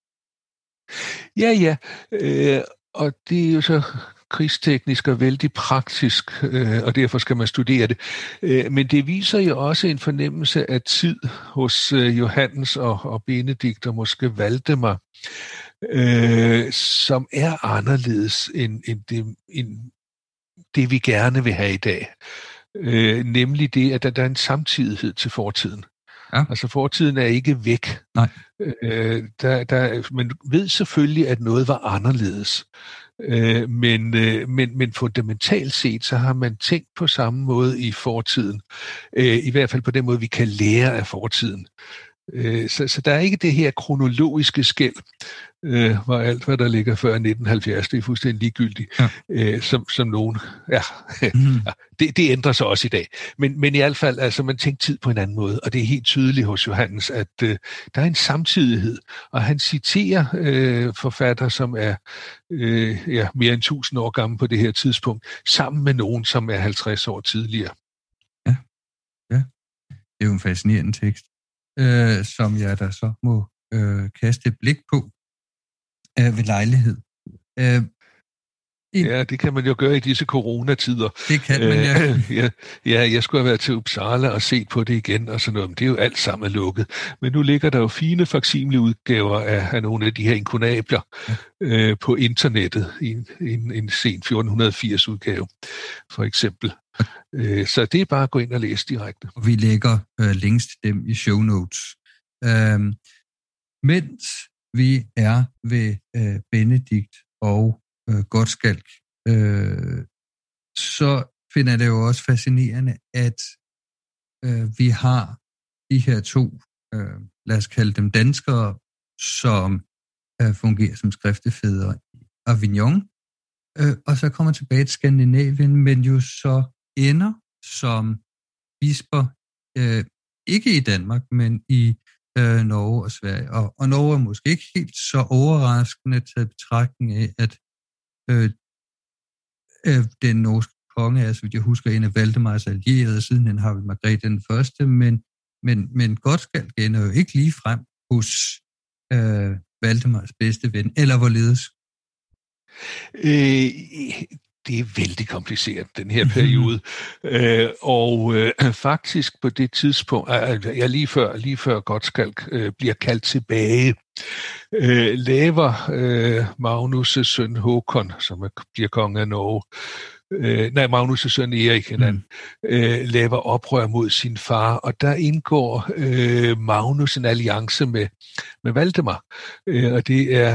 Ja. Og det er jo så krigsteknisk og vældig praktisk, og derfor skal man studere det. Men det viser jo også en fornemmelse af tid hos Johannes og Benedikt og måske Valdemar, som er anderledes end det, vi gerne vil have i dag. Nemlig det, at der er en samtidighed til fortiden. Ja. Altså fortiden er ikke væk. Nej. Man ved selvfølgelig, at noget var anderledes. Men fundamentalt set, så har man tænkt på samme måde i fortiden. I hvert fald på den måde, vi kan lære af fortiden. Så der er ikke det her kronologiske skel, hvor alt, hvad der ligger før 1970, det er fuldstændig ligegyldigt, som nogen. Ja, det ændrer sig også i dag. Men i hvert fald, altså, man tænker tid på en anden måde, og det er helt tydeligt hos Johannes, at der er en samtidighed, og han citerer forfattere, som er mere end 1000 år gamle på det her tidspunkt, sammen med nogen, som er 50 år tidligere. Ja. Det er jo en fascinerende tekst, som jeg da så må kaste et blik på ved lejlighed. Ja, det kan man jo gøre i disse coronatider. Det kan man, jeg skulle have været til Uppsala og set på det igen og sådan noget, men det er jo alt sammen lukket. Men nu ligger der jo fine faksimile udgaver af nogle af de her inkunabler på internettet i en sen 1480 udgave, for eksempel. Så det er bare at gå ind og læse direkte. Og vi lægger links til dem i show notes. Mens vi er ved Benedikt og Gottschalk, så finder det jo også fascinerende, at vi har de her to, lad os kalde dem danskere, som fungerer som skriftefædre i Avignon, og så kommer tilbage til Skandinavien, men jo så ender som bisper, ikke i Danmark, men i Norge og Sverige. Og Norge er måske ikke helt så overraskende taget betragtning af, at den norske konge er, så vidt jeg husker, en af Valdemars allierede, siden han har vi Margrethe den første, men Gottschalk ender jo ikke lige frem hos Valdemars bedste ven, eller hvorledes? Det er vældig kompliceret, den her periode. Faktisk på det tidspunkt, lige før Gottschalk bliver kaldt tilbage, laver Magnus' søn Håkon, som bliver konge af Norge, Magnus' søn Erik, laver oprør mod sin far, og der indgår Magnus en alliance med Valdemar, og det er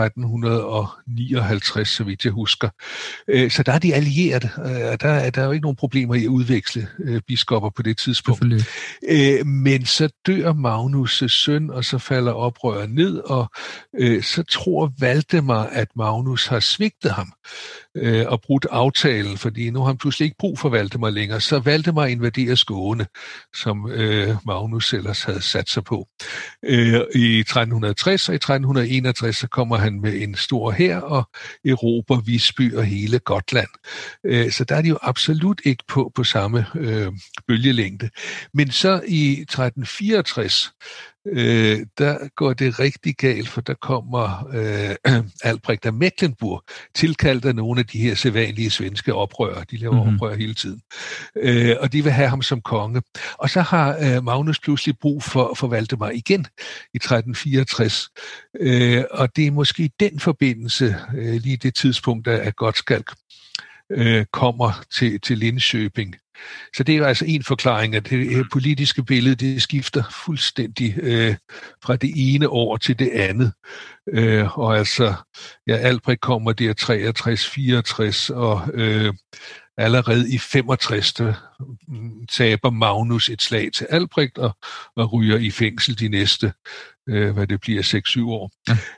1359, så vidt jeg husker. Så der er de allierede, og der er jo ikke nogen problemer i at udveksle biskopper på det tidspunkt. Men så dør Magnus' søn, og så falder oprøret ned, og så tror Valdemar, at Magnus har svigtet ham og brudt aftalen, fordi nu har han pludselig ikke brug for Valdemar længere. Så Valdemar invaderer Skåne, som Magnus ellers havde sat sig på. I 1360 og i 1361 så kommer han med en stor hær og erobrer Visby og hele Gotland. Så der er de jo absolut ikke på samme bølgelængde. Men så i 1364, der går det rigtig galt, for der kommer Albrecht af Mecklenburg, tilkaldt af nogle af de her sædvanlige svenske oprørere. De laver oprør hele tiden. Og de vil have ham som konge. Og så har Magnus pludselig brug for Valdemar igen i 1364. Og det er måske i den forbindelse, lige det tidspunkt, at Gotskalk kommer til Linköping. Så det er jo altså en forklaring, at det politiske billede, det skifter fuldstændig fra det ene år til det andet. Og altså, ja, Albrecht kommer der 63, 64, og allerede i 65 taber Magnus et slag til Albrecht og ryger i fængsel de næste, hvad det bliver, 6-7 år.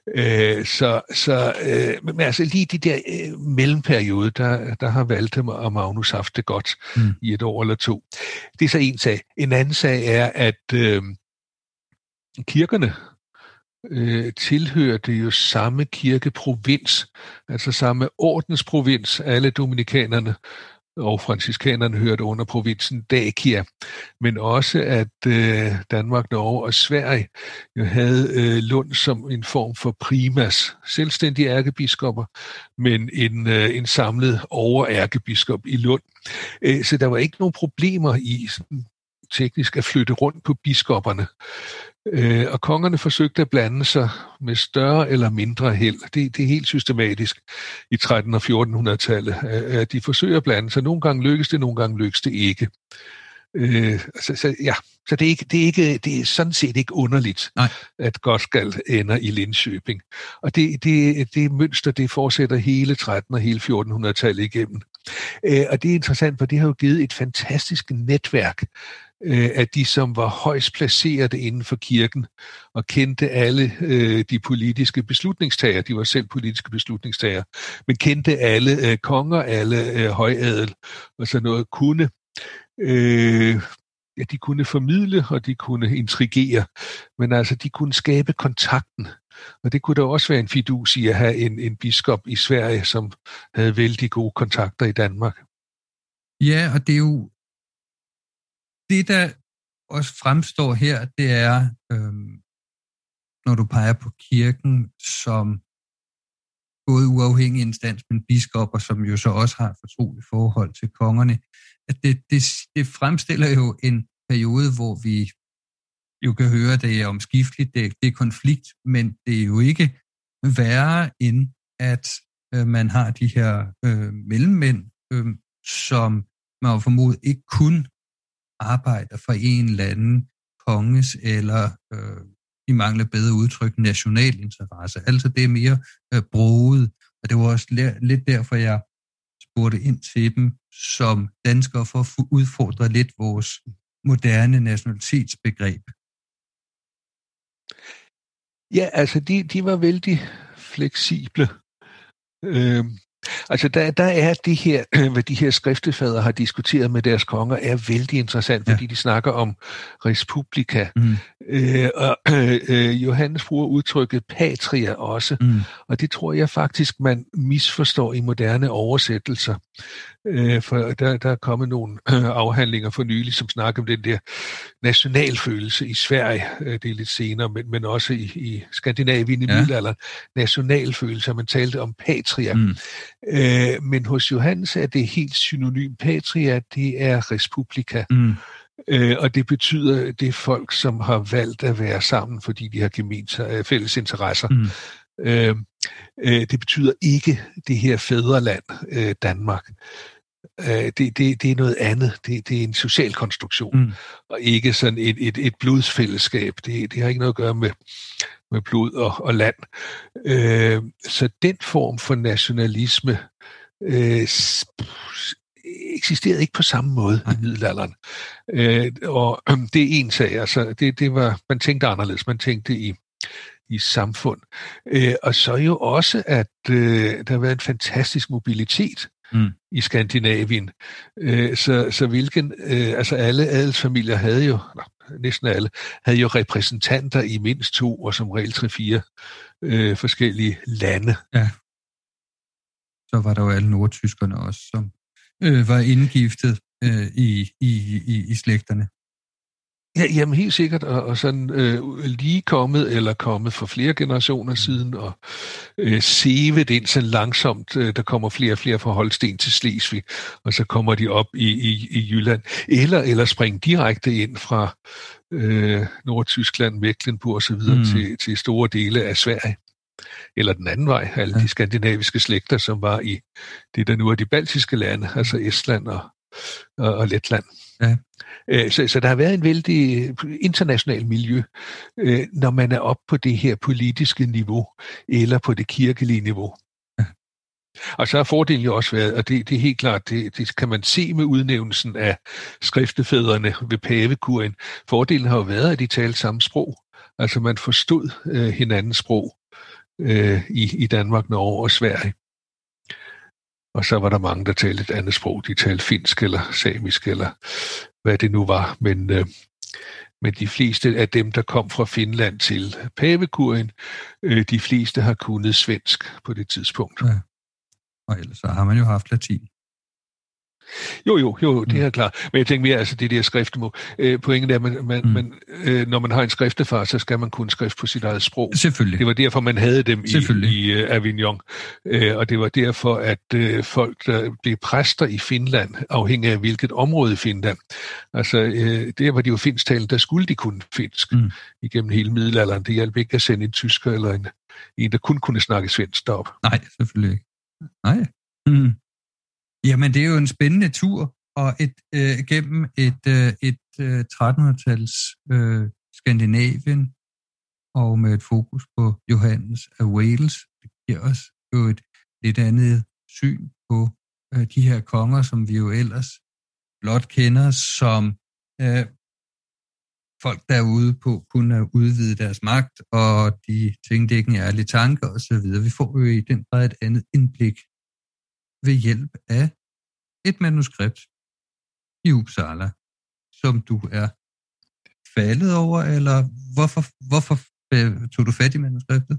Ja. Men altså lige de der mellemperiode, der har Valdemar og Magnus haft det godt i et år eller to. Det er så en sag. En anden sag er, at kirkerne tilhørte jo samme kirkeprovins, altså samme ordensprovins. Alle dominikanerne og franciskanerne hørte under provinsen Dacia, men også at Danmark, Norge og Sverige jo havde Lund som en form for primas, selvstændige ærkebiskopper, men en samlet overærkebiskop i Lund. Så der var ikke nogen problemer i teknisk at flytte rundt på biskopperne. Og kongerne forsøgte at blande sig med større eller mindre held. Det er helt systematisk i 1300- og 1400-tallet, at de forsøger at blande sig. Nogle gange lykkes det, nogle gange lykkes det ikke. Så det er sådan set ikke underligt, at Gotskalk ender i Linköping. Og det mønster, det fortsætter hele 1300- og hele 1400-tallet igennem. Og det er interessant, for det har jo givet et fantastisk netværk af de, som var højst placeret inden for kirken og kendte alle de politiske beslutningstagere. De var selv politiske beslutningstagere, men kendte alle konger, alle højadel og sådan noget, de kunne formidle, og de kunne intrigere, men altså de kunne skabe kontakten. Og det kunne da også være en fidus i at have en biskop i Sverige, som havde vældig gode kontakter i Danmark. Ja, og det er jo det, der også fremstår her, det er, når du peger på kirken som både uafhængig instans, men biskopper, som jo så også har et fortroligt forhold til kongerne, at det fremstiller jo en periode, hvor vi jo kan høre, det er omskifteligt, det er konflikt, men det er jo ikke værre end, at man har de her mellemmænd, som man formodet ikke kun arbejder for en eller anden konges eller i mangler bedre udtryk national interesse. Altså det er mere broget, og det var også lidt derfor, jeg spurgte ind til dem som danskere for at udfordre lidt vores moderne nationalitetsbegreb. Ja, altså de var vældig fleksible. Altså der er det her, hvad de her skriftefader har diskuteret med deres konger, er vældig interessant, fordi de snakker om respublika. Og Johannes bruger udtrykket patria også, og det tror jeg faktisk, man misforstår i moderne oversættelser. For der er kommet nogle afhandlinger for nylig, som snakker om den der nationalfølelse i Sverige, det er lidt senere, men også i Skandinavien i middelalderen. Nationalfølelse, man talte om patria. Men hos Johannes er det helt synonym. Patria, det er respublika. Og det betyder, det er folk, som har valgt at være sammen, fordi de har fælles interesser. Det betyder ikke det her fædreland, Danmark. Det er noget andet. Det er en social konstruktion, og ikke sådan et blodsfællesskab. Det har ikke noget at gøre med blod og land. Så den form for nationalisme eksisterede ikke på samme måde i middelalderen. Og det er en sag. Altså, det var, man tænkte anderledes. Man tænkte i samfund. Og så jo også, at der har været en fantastisk mobilitet i Skandinavien. Så altså alle adelsfamilier havde jo, næsten alle, havde jo repræsentanter i mindst 2 og som regel 3-4 forskellige lande. Ja. Så var der jo alle nordtyskerne også, som var indgiftet i slægterne. Ja, jamen helt sikkert, og sådan lige kommet for flere generationer siden, og sevet ind så langsomt, der kommer flere og flere fra Holsten til Slesvig, og så kommer de op i Jylland, eller springe direkte ind fra Nordtyskland, Mecklenburg og så videre til store dele af Sverige. Eller den anden vej, alle de skandinaviske slægter, som var i det, der nu er de baltiske lande, altså Estland og Letland. Ja. Så der har været en vældig international miljø, når man er oppe på det her politiske niveau, eller på det kirkelige niveau. Ja. Og så har fordelen jo også været, og det er helt klart, det kan man se med udnævnelsen af skriftefædrene ved pavekurien. Fordelen har jo været, at de talte samme sprog. Altså man forstod hinandens sprog i Danmark, Norge og Sverige. Og så var der mange, der talte et andet sprog. De talte finsk eller samisk eller hvad det nu var. Men de fleste af dem, der kom fra Finland til pavekurien, de fleste har kunnet svensk på det tidspunkt. Ja. Og ellers så har man jo haft latin. Jo, det er klart. Men jeg tænker mere, altså det der skriftemål. Pointen er, at når man har en skriftefar, så skal man kunne skrift på sit eget sprog. Selvfølgelig. Det var derfor, man havde dem i Avignon. Og det var derfor, at folk, der blev præster i Finland, afhængig af hvilket område i Finland, altså der var de jo finsktalende, der skulle de kunne finsk igennem hele middelalderen. Det hjalp ikke at sende en tysker eller en der kun kunne snakke svensk derop. Nej, selvfølgelig ikke. Nej. Jamen, det er jo en spændende tur, og gennem et 1300-tals Skandinavien, og med et fokus på Johannes af Wales, det giver os jo et lidt andet syn på de her konger, som vi jo ellers blot kender som folk, der er ude på kun at udvide deres magt, og de tænkte ikke en ærlig tanke osv. Vi får jo i den grad et andet indblik ved hjælp af et manuskript i Uppsala, som du er faldet over, eller hvorfor tog du fat i manuskriptet?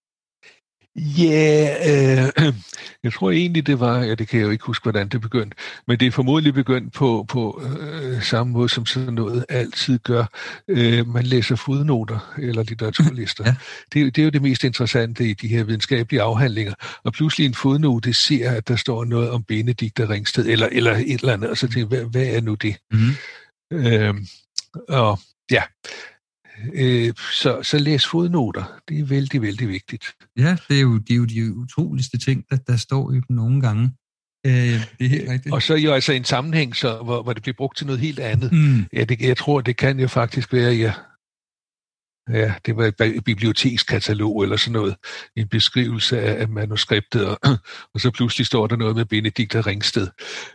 Ja, jeg tror egentlig, det var, det kan jeg jo ikke huske, hvordan det begyndte, men det er formodentlig begyndt på samme måde, som sådan noget altid gør. Man læser fodnoter eller litteraturlister. Ja. Det er jo det mest interessante i de her videnskabelige afhandlinger. Og pludselig en fodnote ser, at der står noget om Benedikt af Ringsted, eller et eller andet, og så tænker jeg, hvad er nu det? Og ja... Så læs fodnoter. Det er vældig, vældig vigtigt. Ja, det er jo de utroligste ting, der står i dem nogle gange. Det er helt rigtigt. Og så er jo altså en sammenhæng, så, hvor det bliver brugt til noget helt andet. Ja, jeg tror, det kan jo faktisk være, ja, det var et bibliotekskatalog eller sådan noget. En beskrivelse af manuskriptet, og så pludselig står der noget med Benedikt af Ringsted.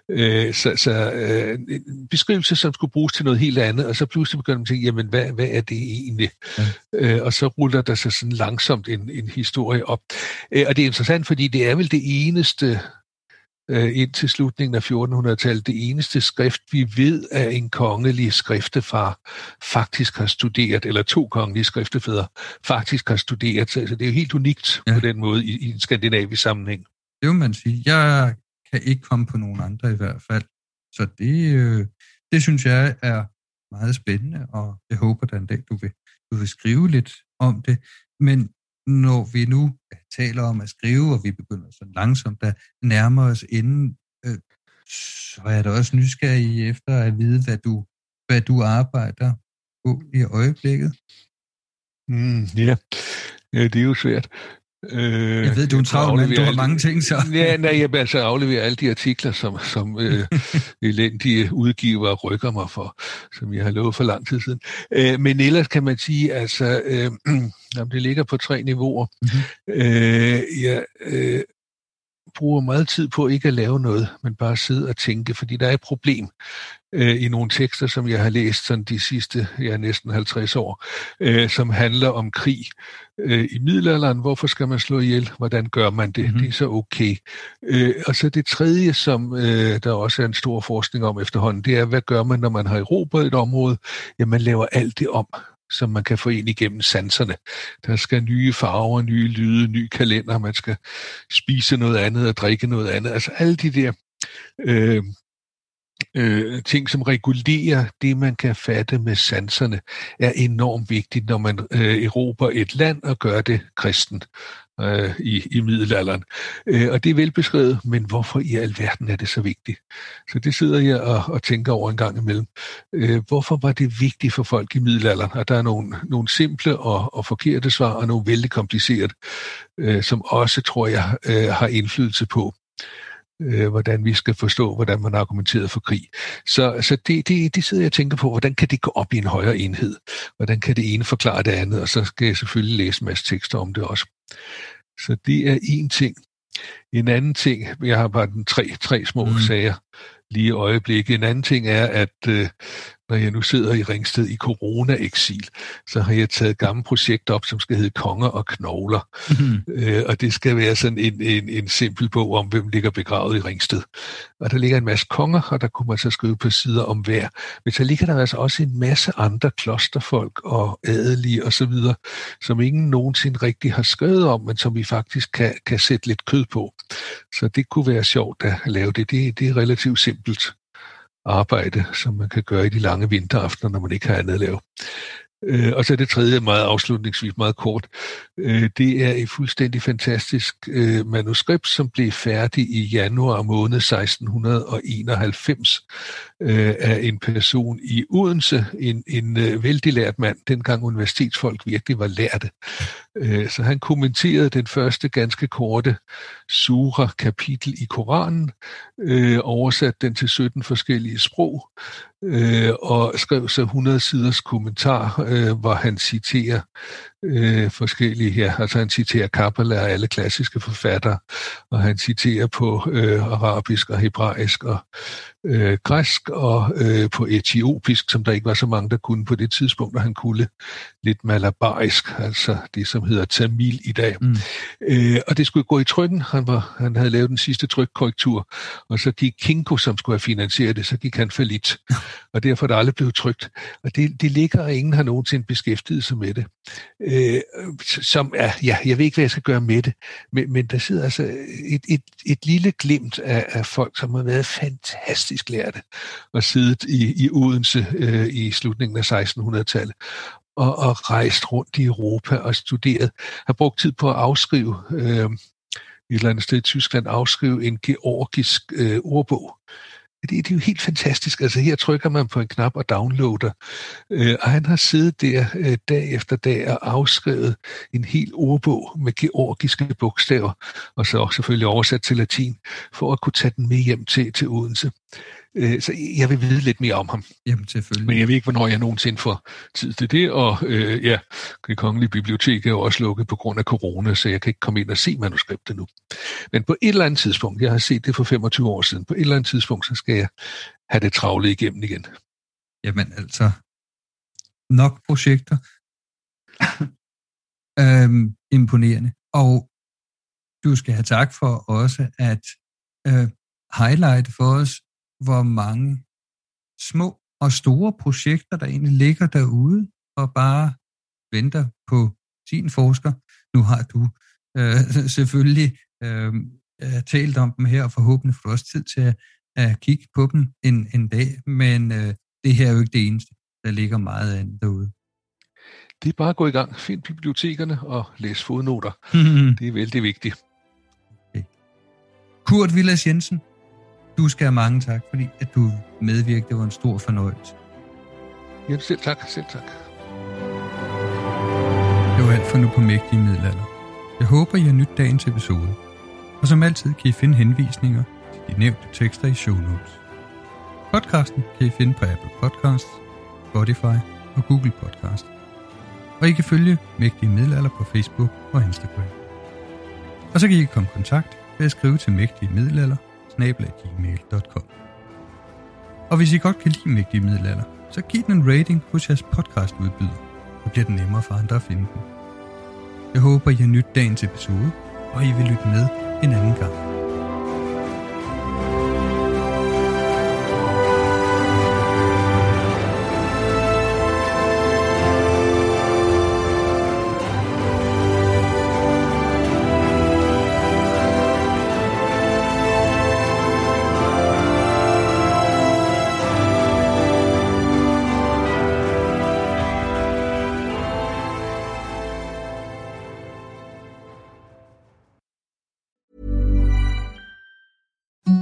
En beskrivelse, som skulle bruges til noget helt andet, og så pludselig begynder man at tænke, jamen, hvad er det egentlig? Ja. Og så ruller der sig sådan langsomt en historie op. Og det er interessant, fordi det er vel det eneste... indtil slutningen af 1400-tallet, det eneste skrift, vi ved, at en kongelig skriftefar faktisk har studeret, eller 2 kongelige skriftefædre faktisk har studeret. Så det er jo helt unikt på den måde i en skandinavisk sammenhæng. Det vil man sige. Jeg kan ikke komme på nogen andre i hvert fald. Så det synes jeg er meget spændende, og jeg håber, at en dag du vil skrive lidt om det. Men når vi nu taler om at skrive, og vi begynder så langsomt at nærme os inden, så er der også nysgerrig efter at vide, hvad du arbejder på i øjeblikket. Ja, det er jo svært. Jeg ved, du er en travl mand, du har mange ting så. Jeg altså afleverer alle de artikler, som elendige udgivere rykker mig for, som jeg har lovet for lang tid siden. Men ellers kan man sige, altså, det ligger på 3 niveauer. Jeg bruger meget tid på ikke at lave noget, men bare sidde og tænke, fordi der er et problem i nogle tekster, som jeg har læst sådan de sidste næsten 50 år, som handler om krig i middelalderen. Hvorfor skal man slå ihjel? Hvordan gør man det? Det er så okay. Og så det tredje, som der også er en stor forskning om efterhånden, det er, hvad gør man, når man har erobret et område? Ja, man laver alt det om, som man kan få ind igennem sanserne. Der skal nye farver, nye lyde, ny kalender, man skal spise noget andet og drikke noget andet. Altså alle de der ting, som regulerer det, man kan fatte med sanserne, er enormt vigtigt, når man erobrer et land og gør det kristent i middelalderen. Og det er velbeskrevet, men hvorfor i alverden er det så vigtigt? Så det sidder jeg og tænker over en gang imellem. Hvorfor var det vigtigt for folk i middelalderen? Og der er nogle simple og forkerte svar, og nogle vældig komplicerede, som også, tror jeg, har indflydelse på, hvordan vi skal forstå, hvordan man argumenterer for krig. Så det sidder jeg og tænker på, hvordan kan det gå op i en højere enhed? Hvordan kan det ene forklare det andet? Og så skal jeg selvfølgelig læse en masse tekster om det også. Så det er en ting. En anden ting, jeg har bare tre små sager lige i øjeblikket. En anden ting er, at når jeg nu sidder i Ringsted i corona-eksil, så har jeg taget et gammelt projekt op, som skal hedde Konger og Knogler. Og det skal være sådan en simpel bog om, hvem ligger begravet i Ringsted. Og der ligger en masse konger, og der kunne man så skrive på sider om hver. Men så ligger der altså også en masse andre klosterfolk og adelige osv., som ingen nogensinde rigtig har skrevet om, men som vi faktisk kan sætte lidt kød på. Så det kunne være sjovt at lave det. Det er relativt simpelt arbejde, som man kan gøre i de lange vinteraftener, når man ikke har andet at lave. Og så det tredje, meget afslutningsvis, meget kort. Det er et fuldstændig fantastisk manuskript, som blev færdig i januar måned 1691 af en person i Odense, en vældig lært mand, dengang universitetsfolk virkelig var lærte. Så han kommenterede den første ganske korte sura-kapitel i Koranen, oversatte den til 17 forskellige sprog, og skrev så 100 siders kommentar, hvor han citerer forskellige, altså han citerer Kabbala og alle klassiske forfattere, og han citerer på arabisk og hebraisk og græsk og på etiopisk, som der ikke var så mange, der kunne på det tidspunkt, og han kunne lidt malabarisk, altså det, som hedder tamil i dag. Og det skulle gå i trykken. Han havde lavet den sidste trykkorrektur, og så gik Kinko, som skulle have finansieret det, så gik han fallit. Og derfor er det aldrig blevet trykt. Og det ligger, og ingen har nogensinde beskæftiget sig med det. Som er, jeg ved ikke, hvad jeg skal gøre med det, men der sidder altså et lille glimt af folk, som har været fantastisk lærte og siddet i Odense i slutningen af 1600-tallet og rejst rundt i Europa og studeret, har brugt tid på at afskrive et eller andet sted i Tyskland, afskrive en georgisk ordbog. Det er jo helt fantastisk. Altså her trykker man på en knap og downloader. Og han har siddet der dag efter dag og afskrevet en hel ordbog med georgiske bogstaver, og så også selvfølgelig oversat til latin, for at kunne tage den med hjem til Odense. Så jeg vil vide lidt mere om ham. Jamen selvfølgelig. Men jeg ved ikke, hvornår jeg nogensinde får tid til det, og det Kongelige Bibliotek er jo også lukket på grund af corona, så jeg kan ikke komme ind og se manuskriptet nu. Men på et eller andet tidspunkt, jeg har set det for 25 år siden, på et eller andet tidspunkt, så skal jeg have det travlet igennem igen. Jamen altså, nok projekter. Imponerende. Og du skal have tak for også at highlight for os, hvor mange små og store projekter, der egentlig ligger derude og bare venter på sin forsker. Nu har du selvfølgelig talt om dem her, og forhåbentlig får du også tid til at kigge på dem en dag, men det her er jo ikke det eneste. Der ligger meget andet derude. Det er bare at gå i gang. Find bibliotekerne og læs fodnoter. Det er vældig vigtigt. Okay. Kurt Vilas Jensen, du skal have mange tak, fordi at du medvirkede. Det var en stor fornøjelse. Ja, selv tak. Selv tak. Det var alt for nu på Mægtige Middelalder. Jeg håber, I har nydt dagens episode. Og som altid kan I finde henvisninger til de nævnte tekster i show notes. Podcasten kan I finde på Apple Podcasts, Spotify og Google Podcast. Og I kan følge Mægtige Middelalder på Facebook og Instagram. Og så kan I komme i kontakt ved at skrive til mægtigemiddelalder@gmail.com. Og hvis I godt kan lide Mægtige Middelalder, så giv den en rating hos jeres podcastudbyder. Så bliver det nemmere for andre at finde den. Jeg håber, I har nydt dagens episode, og I vil lytte med en anden gang.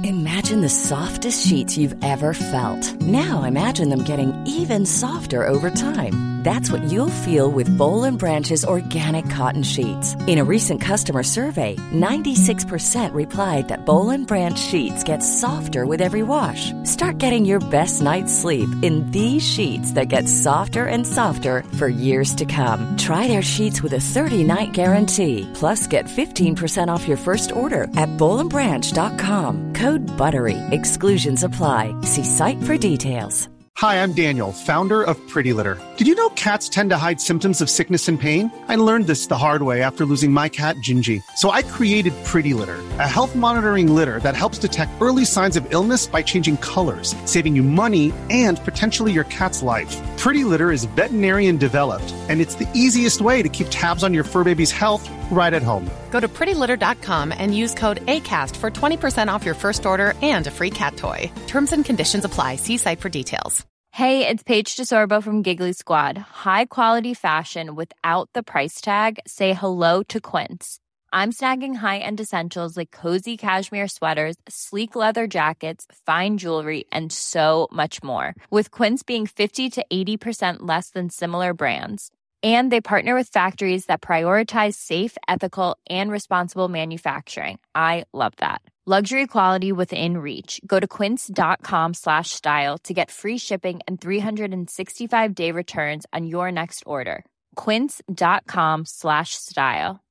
Imagine the softest sheets you've ever felt. Now imagine them getting even softer over time. That's what you'll feel with Boll & Branch's organic cotton sheets. In a recent customer survey, 96% replied that Boll & Branch sheets get softer with every wash. Start getting your best night's sleep in these sheets that get softer and softer for years to come. Try their sheets with a 30-night guarantee. Plus, get 15% off your first order at BollandBranch.com. Code BUTTERY. Exclusions apply. See site for details. Hi, I'm Daniel, founder of Pretty Litter. Did you know cats tend to hide symptoms of sickness and pain? I learned this the hard way after losing my cat, Gingy. So I created Pretty Litter, a health monitoring litter that helps detect early signs of illness by changing colors, saving you money and potentially your cat's life. Pretty Litter is veterinarian developed, and it's the easiest way to keep tabs on your fur baby's health right at home. Go to prettylitter.com and use code ACAST for 20% off your first order and a free cat toy. Terms and conditions apply. See site for details. Hey, it's Paige DeSorbo from Giggly Squad. High quality fashion without the price tag. Say hello to Quince. I'm snagging high-end essentials like cozy cashmere sweaters, sleek leather jackets, fine jewelry, and so much more. With Quince being 50 to 80% less than similar brands. And they partner with factories that prioritize safe, ethical, and responsible manufacturing. I love that. Luxury quality within reach. Go to quince.com/style to get free shipping and 365-day returns on your next order. Quince.com/style.